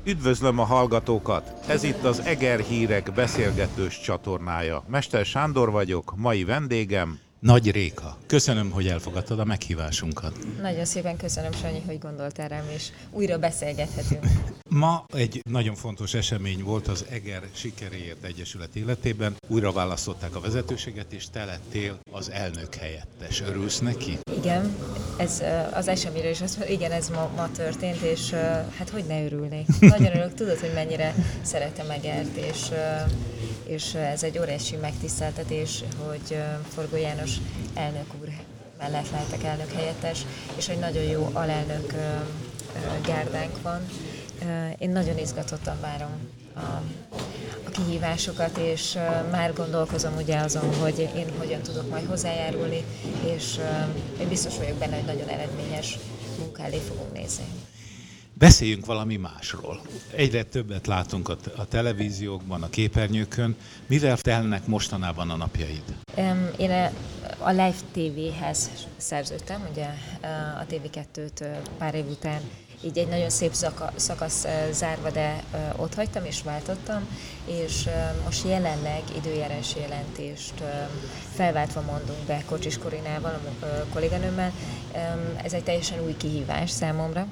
Üdvözlöm a hallgatókat! Ez itt az Eger Hírek beszélgetős csatornája. Mester Sándor vagyok, mai vendégem Nagy Réka. Köszönöm, hogy elfogadtad a meghívásunkat. Nagyon szépen köszönöm, Sanyi, hogy gondoltál rám, és újra beszélgethetünk. Ma egy nagyon fontos esemény volt az Eger Sikeréért Egyesület életében. Újra választották a vezetőséget, és te lettél az elnök helyettes. Örülsz neki? Igen, ez az eseményre is azt mondom, igen, ez ma történt, és hát hogy ne örülnék. Nagyon örülök, tudod, hogy mennyire szeretem Egert, és ez egy óriási megtiszteltetés, hogy Forgó János elnök úr mellett lehetek elnök helyettes, és egy nagyon jó alelnök gárdánk van. Én nagyon izgatottan várom a kihívásokat, és már gondolkozom ugye azon, hogy én hogyan tudok majd hozzájárulni, és én biztos vagyok benne, hogy nagyon eredményes munka elé fogunk nézni. Beszéljünk valami másról. Egyre többet látunk a televíziókban, a képernyőkön. Mivel telnek mostanában a napjaid? Én a Live TV-hez szerződtem, ugye a TV2-t pár év után így egy nagyon szép szakasz zárva, de ott hagytam és váltottam, és most jelenleg időjárás jelentést felváltva mondunk be Kocsis Korinával, a kolléganőmmel. Ez egy teljesen új kihívás számomra.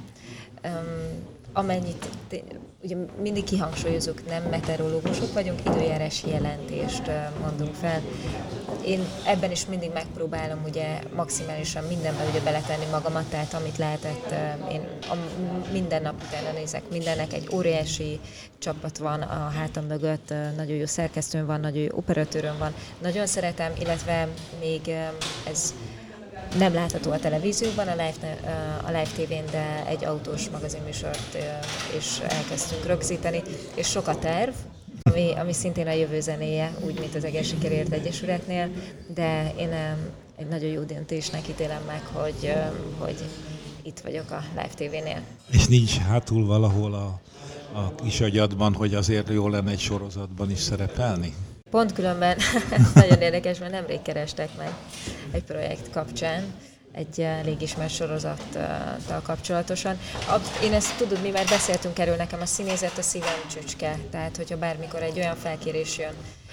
Amennyit ugye mindig kihangsúlyozunk, nem meteorológusok vagyunk, időjárás jelentést mondunk fel. Én ebben is mindig megpróbálom ugye maximálisan mindenben ugye beletenni magamat, tehát amit lehetett, én minden nap utána nézek mindennek, egy óriási csapat van a hátam mögött, nagyon jó szerkesztőm van, nagyon jó operatőröm van, nagyon szeretem, illetve még ez nem látható a televízióban, a Live TV-n, de egy autós magazinműsort is elkezdtünk rögzíteni, és sok a terv, ami szintén a jövő zenéje, úgy, mint az Eger Sikeréért Egyesületnél, de én egy nagyon jó döntésnek ítélem meg, hogy itt vagyok a Live TV-nél. És nincs hátul valahol a kis agyadban, hogy azért jó lenne egy sorozatban is szerepelni? Pont különben nagyon érdekes, mert nemrég kerestek meg egy projekt kapcsán, egy elég ismert sorozattal kapcsolatosan. Én ezt tudod, mi már beszéltünk erről, nekem a színészet a szívem csücske, tehát hogyha bármikor egy olyan felkérés jön,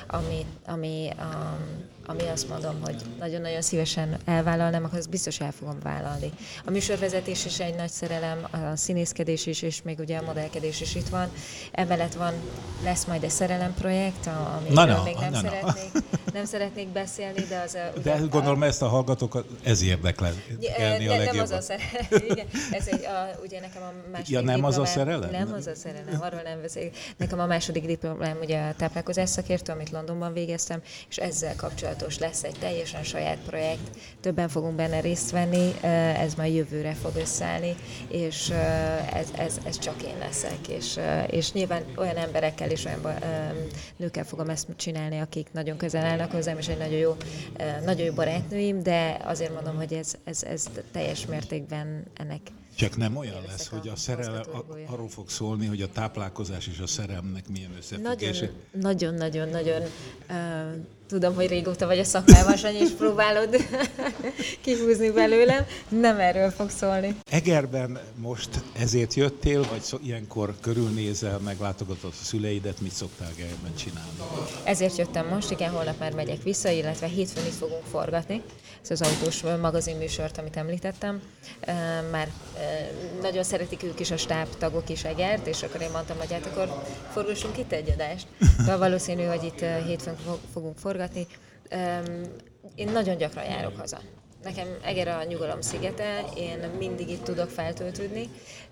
ami azt mondom, hogy nagyon-nagyon szívesen elvállalnám, akkor azt biztos el fogom vállalni. A műsorvezetés is egy nagy szerelem, a színészkedés is, és még ugye a modellkedés is itt van. Emellett lesz majd egy szerelemprojekt, amiről még nem szeretnék beszélni, de az... De gondolom ezt a hallgatókat, ez érdekli a legjobban. Nem az a szerelem, igen, ugye nekem a második ja, nem az a szerelem? Nem az a szerelem, arról nem beszélek. Nekem a második diplomám ugye a táplálkozás szakértő, amit Londonban végeztem, és ezzel kapcsolatos lesz egy teljesen saját projekt. Többen fogunk benne részt venni, ez majd jövőre fog összeállni, és ez csak én leszek. És nyilván olyan emberekkel és olyan nőkkel fogom ezt csinálni, akik nagyon közel állnak hozzám, és egy nagyon jó barátnőim, de azért mondom, hogy ez teljes mértékben ennek. Csak nem olyan lesz, hogy a szerelem arról fog szólni, hogy a táplálkozás és a szerelemnek milyen összefüggése. Nagyon tudom, hogy régóta vagy a szakmában, Sanyi, és próbálod kihúzni belőlem. Nem erről fog szólni. Egerben most ezért jöttél, vagy ilyenkor körülnézel, meglátogatod a szüleidet, mit szoktál Egerben csinálni? Ezért jöttem most, igen, holnap már megyek vissza, illetve hétfőn itt fogunk forgatni. Ez az autós magazinműsort, amit említettem. Már nagyon szeretik ők is, a stábtagok is Egert, és akkor én mondtam, hogy hát akkor forgassunk itt egy adást. De valószínű, hogy itt hétfőn fogunk forgatni. Én nagyon gyakran járok haza. Nekem Eger a nyugalom szigete, én mindig itt tudok feltöltődni.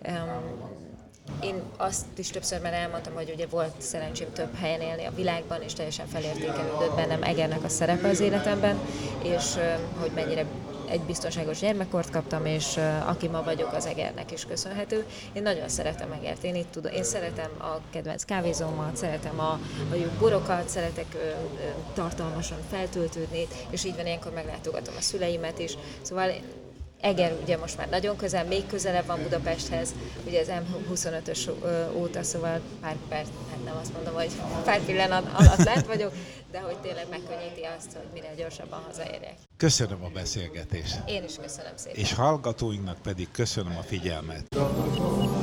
Én azt is többször már elmondtam, hogy ugye volt szerencsém több helyen élni a világban, és teljesen felértékelődött bennem Egernek a szerepe az életemben, és hogy mennyire egy biztonságos gyermekkort kaptam, és aki ma vagyok, az Egernek is köszönhető. Én nagyon szeretem Egert, én szeretem a kedvenc kávézómat, szeretem a jó borokat, szeretek tartalmasan feltöltődni, és így van, ilyenkor meglátogatom a szüleimet is. Szóval Eger ugye most már nagyon közel, még közelebb van Budapesthez, ugye az M25-ös óta, szóval hát nem azt mondom, hogy pár pillanat alatt lent vagyok, de hogy tényleg megkönnyíti azt, hogy minél gyorsabban hazaérjek. Köszönöm a beszélgetést. Én is köszönöm szépen. És hallgatóinknak pedig köszönöm a figyelmet.